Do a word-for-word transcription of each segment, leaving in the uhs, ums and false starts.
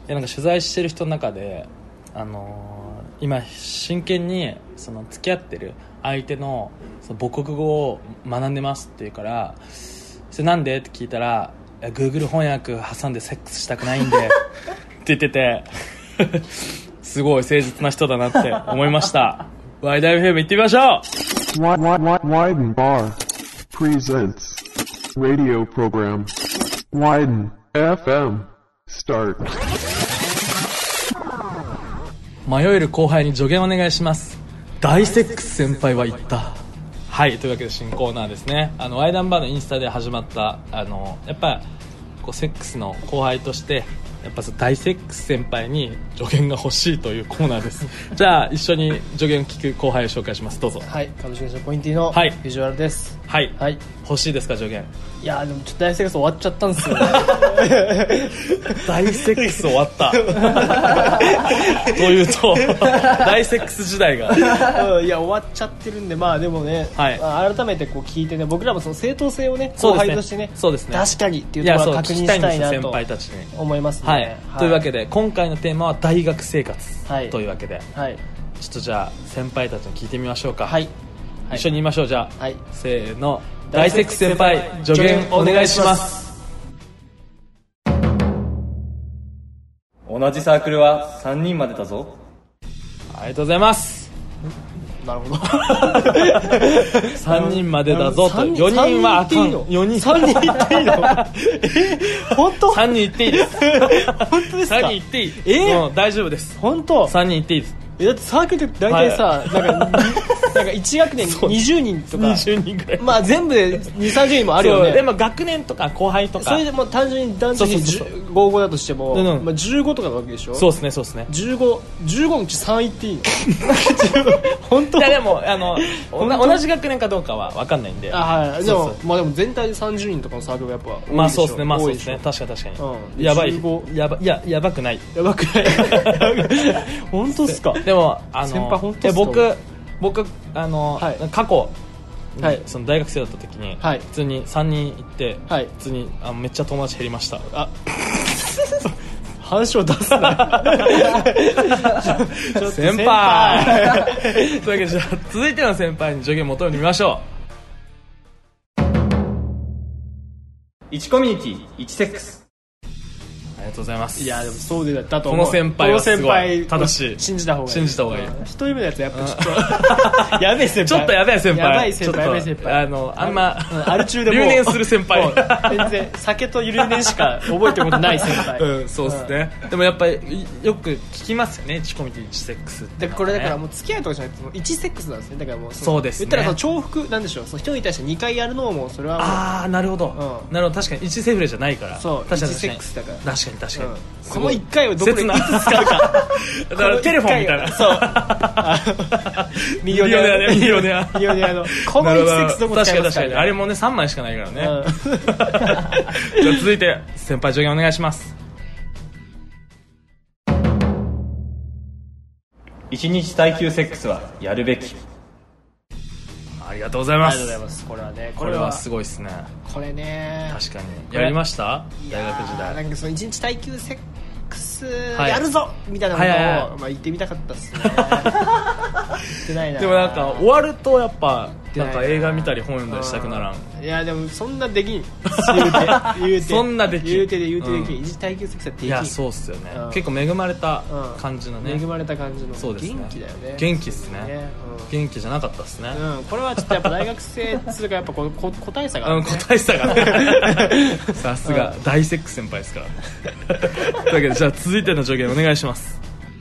やなんか取材してる人の中で、あのー、今真剣にその付き合ってる相手のその母国語を学んでますって言うから、それなんでって聞いたら、いや Google 翻訳挟んでセックスしたくないんでって言っててすごい誠実な人だなって思いました。ワイド エフエム 行ってみましょう。 ワイデンバー presents radio program ワイデン エフエム start。 迷える後輩に助言お願いします。大セックス先輩は言った。はい、というわけで新コーナーですね。あのワイダンバーのインスタで始まった、あのやっぱこうセックスの後輩としてやっぱ大セックス先輩に助言が欲しいというコーナーですじゃあ一緒に助言を聞く後輩を紹介します。どうぞ。 はい、株式会社ポインティのビジュアルです。 はい、 はい、 欲しいですか助言。 いやでもちょっと大セックス終わっちゃったんですよね大セックス終わったというと大セックス時代がうん、いや終わっちゃってるんで、まあでもね、はい、まあ、改めてこう聞いてね、僕らもその正当性をね後輩としてね、 そうですね、 確かにっていうところを確認したいなと先輩たちに思いますね。 はい、 はい、 というわけで今回のテーマは大学生活、はい、というわけで、はい、ちょっとじゃあ先輩たちに聞いてみましょうか。はい、一緒に言いましょう。じゃあ、はい、せーの、大セックス先輩助言お願いします。 同じサークルはさんにんまでだぞ。 ありがとうございます。 なるほどさんにんまでだぞと。よにんはあかん。よにんさんにん言っていいのえ本当さんにん言っていいです本当ですか。 さんにん言っていい、 えー、 もう大丈夫です。 本当さんにん言っていいです。 えだってサークルって大体さ、はい、なんかなんかいち学年にじゅうにんとかにじゅうにんぐらい、 まあ全部でにじゅう、さんじゅうにんもあるよね。 でも学年とか後輩とかそれでもう単純に男女にごごだとしても、うん、まあ、じゅうごとかなわけでしょ。 そうですねそうですね。 じゅうご、じゅうごのうちさん言っていいの本当。 いやでもあの同じ学年かどうかは分かんないんで。 あ、はい、でもまあでも全体でさんじゅうにんとかのサークルがやっぱ多いでしょ。 まあそうですね、まあそうですね、確かに確かに、うん、やばいやばいややばくないやばくない本当っすか。 でもあの先輩本当っすか。 僕僕あの、はい、過去、 はい、 その大学生だった時に、はい、普通にさんにん行って、はい、普通にあめっちゃ友達減りました。あ反証出すな先輩というわけでじゃあ続いての先輩に助言を求めてみましょう。 いちコミュニティいちセックス。 ありがとうございます。 いやでもそうでだと思う。 この先輩はすごい正しい。 信じた方がいい。 信じた方がいい。 一人目のやつやっぱちょっとやべえ先輩。 ちょっとやべえ先輩。 やばい先輩。やばい先輩。 あのあんまアル中でも留年する先輩。 全然酒と留年しか覚えてることない先輩。 うん、そうですね。でもやっぱりよく聞きますよね。いちコミュニティいちセックスって。 でこれだからもう付き合いとかじゃなくていちセックスなんですね。だからもうそうですね。 言ったらその重複なんでしょう。その人に対してにかいやるのもそれはもう。 ああなるほど。なるほど確かにいちセフレじゃないから。 そう。 確かにいちセックスだから。 確かに確かに。 このいっかいをどこでいつ使うかだからテレフォンみたいな。 そうミリオネアね。 ミリオネアミリオネアのこのいちセックスどこ使いますか。 確かに確かにあれもねさんまいしかないからね、うん、じゃあ続いて先輩助言お願いします。 いちにち耐久セックスはやるべき。 ありがとうございます。 ありがとうございます。これはねこれはすごいですね。 これね確かにやりました。大学時代なんかそのいちにち耐久セックスやるぞ、はい、みたいなことを、はいはいはい、まあ、言ってみたかったっすね言ってないな。 でもなんか終わるとやっぱなんか映画見たり本読んだりしたくならん。 いやでもそんなできん言うて言うてそんなできん言うてで言うてできん、うん、一時耐久セックスはできん。 いやそうっすよね、うん、結構恵まれた感じのね、 うん、恵まれた感じの。 そうですね。 元気だよね。 元気っすね、 うん、 元気じゃなかったっすね、 うん、これはちょっとやっぱ大学生つうかやっぱこうこ個体差がある、ね、 うん、個体差がねさすが大セックス先輩ですからというわけでじゃあ続いての助言お願いします。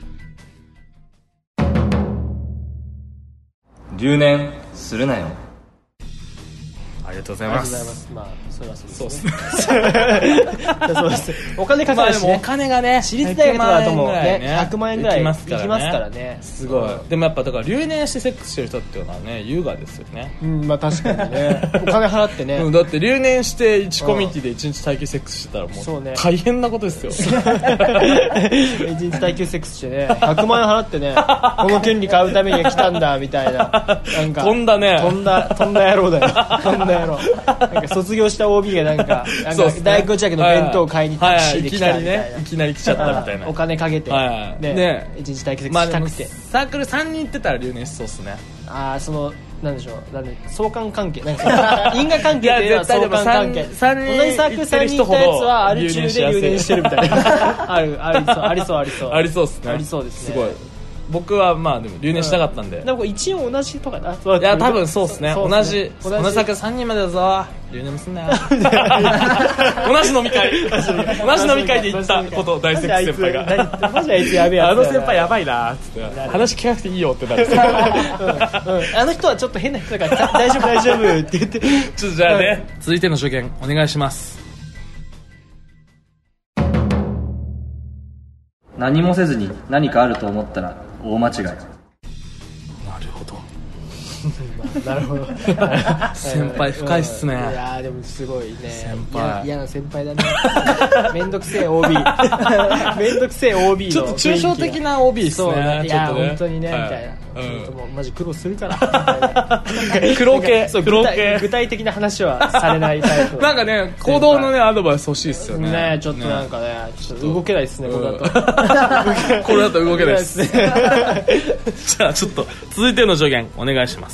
留年するなよ。 ありがとうございます。 ありがとうございます。まあそれはそうですね。 そうです。お金かかるしね。 まあ、お金がね、 私立大学だともね、ひゃくまんえんぐらい行きますからね。 すごい。でもやっぱだから留年してセックスしてる人っていうのはね、優雅ですよね。 うん、まあ確かにね。お金払ってね。 うん、だって留年していちコミュニティでいちにち耐久セックスしてたらもう大変なことですよ。いちにち耐久セックスしてね、ひゃくまんえん払ってね、この権利買うために来たんだみたいな。なんか飛んだね。 飛んだ飛んだ野郎だよ。飛んだ野野郎なんか卒業した オービー がなんかなんか大学近くの弁当を買いにタクシーで来たみたいな、 はいはい、いきなりねいきなり来ちゃったみたいなお金かけて、 はいはい、 ねね一日待機まあしたくて、 サークルさんにん行ってたら留年しそうっすね。 ああそのなんでしょうなんで相関関係なんか因果関係っていうのは相関関係三人同じサークルさんにん行ったやつはある中で留年してるみたいなあるありそうありそうありそうありそうっすね。 ありそうですね。 すごい僕はまあでも留年したかったんで、 うん、でも一応同じとかないや多分そうっすね。同じ同じサークルさんにんまでだぞ留年もすんなよ同じ飲み会同じ飲み会で言ったことを大セック先輩がマジあいつやべえやつあの先輩やばいなっつって話聞かなくていいよってなるんですよ、 うんうん、あの人はちょっと変な人だから大丈夫大丈夫って言ってちょっとじゃあね、うん、続いての助言お願いします。 何もせずに何かあると思ったら大間違い。 なるほどなるほど先輩深いっすね、 うん、いやでもすごいね先輩嫌な先輩だねめんどくせえ オービー めんどくせえ オービー のちょっと抽象的な オービーっすね。 そうねいや、ね、本当にね、はい、みたいな、うん、ちょっともうマジ苦労するから黒系そう黒系具体的な話はされないタイプなんかね行動のねアドバイス欲しいっすよね。 ねちょっとなんかねちょっと動けないっすね、これだとこれだと動けないっすじゃあちょっと続いての助言お願いします。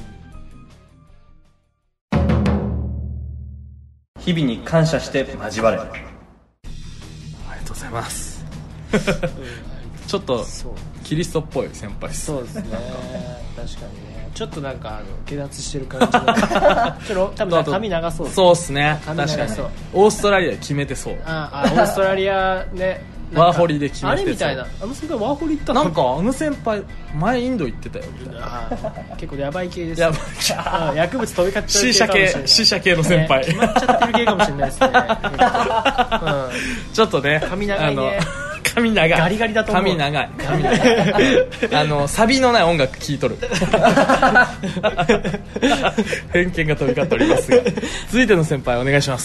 日々に感謝して交われ。 ありがとうございますちょっとキリストっぽい先輩っす。 そうですね確かにねちょっとなんかあの下脱してる感じがちょっと多分髪長そうそうっすね。 確かにオーストラリアで決めてそう。 ああオーストラリアねワーホリで決めてそう。 あれみたいなあの先輩ワーホリ行ったのなんかあの先輩前インド行ってたよみたいな結構ヤバい系です、 ね、 や薬物飛び交っちゃう系かもしれない。 C 社系の先輩、 ね、決まっちゃってる系かもしれないですね、うん、 ちょっとね髪長いね髪長いガリガリだと思う。 髪長い髪長いあのサビのない音楽聴いとる偏見が飛び交っておりますが続いての先輩お願いします。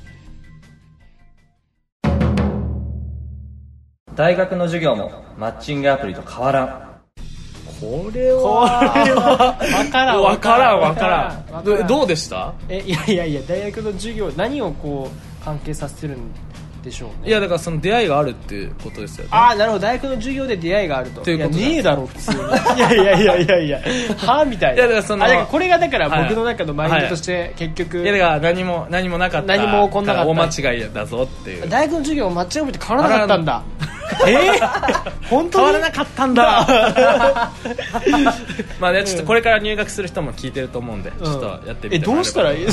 大学の授業もマッチングアプリと変わらん。 これは分からん分からん分からんど, どうでした？ えいやいやいや大学の授業何をこう関係させてるんでしょうね。 いやだからその出会いがあるっていうことですよね。 ああなるほど大学の授業で出会いがあると。 ということいやねえだろ普通にいやいやいやいやいやはみたいな。 いやだからそのあだからこれがだから僕の中のマインドとして結局、 はいはい、いやだから何も何もなかった何も起こんなかった大間違いだぞっていう。 大学の授業マッチングアプリって変わらなかったんだえー、本当に変わらなかったんだまあねちょっとこれから入学する人も聞いてると思うんで、うん、ちょっとやってみて。 えどうしたらいい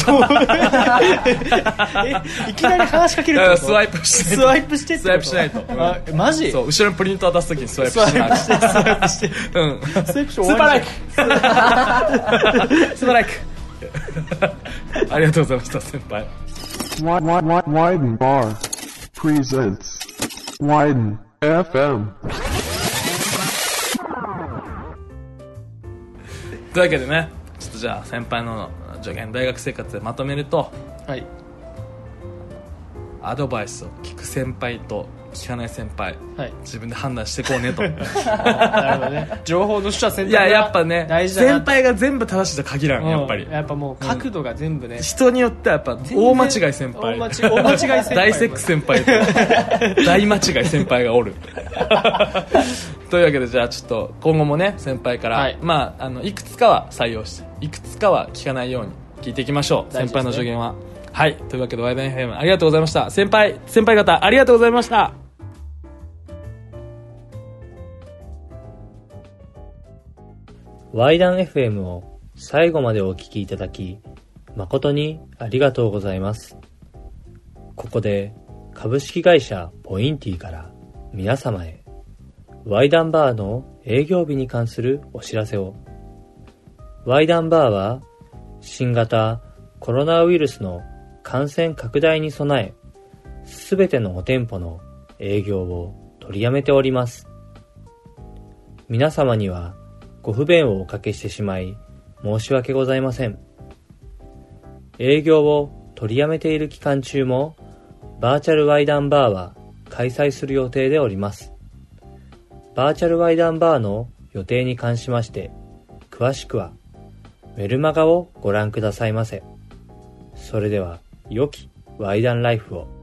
えいきなり話しかけるってこと？ スワイプしてスワイプしてスワイプしないと、うん、 あマジ？ そう後ろにプリント渡すときにスワイプしないスワイプしてスワイプしてうんスワイプしてスーパーライクスーパーライクありがとうございました先輩。 Widen Bar presents Widen エフエムというわけでねちょっとじゃあ先輩の助言大学生活でまとめると、 はい、 アドバイスを聞く先輩と聞かない先輩、はい、自分で判断してこうねとなるほどね情報の取捨選択が大事だな。いややっぱね先輩が全部正しいと限らん、うん、やっぱりやっぱもう角度が全部ね、 うん、人によってはやっぱ大間違い先輩大間違い先輩大セックス先輩と大間違い先輩がおるというわけでじゃあちょっと今後もね先輩から、はい、まああのいくつかは採用していくつかは聞かないように聞いていきましょう、ね、先輩の助言は。はいというわけでワイド エフエム ありがとうございました。先輩先輩方ありがとうございました。 ワイダン エフエム を最後までお聞きいただき誠にありがとうございます。ここで株式会社ポインティから皆様へワイダンバーの営業日に関するお知らせを。ワイダンバーは新型コロナウイルスの感染拡大に備えすべてのお店舗の営業を取りやめております。皆様にはご不便をおかけしてしまい申し訳ございません。営業を取りやめている期間中もバーチャルワイダンバーは開催する予定でおります。バーチャルワイダンバーの予定に関しまして詳しくはメルマガをご覧くださいませ。 それでは良きワイダンライフを。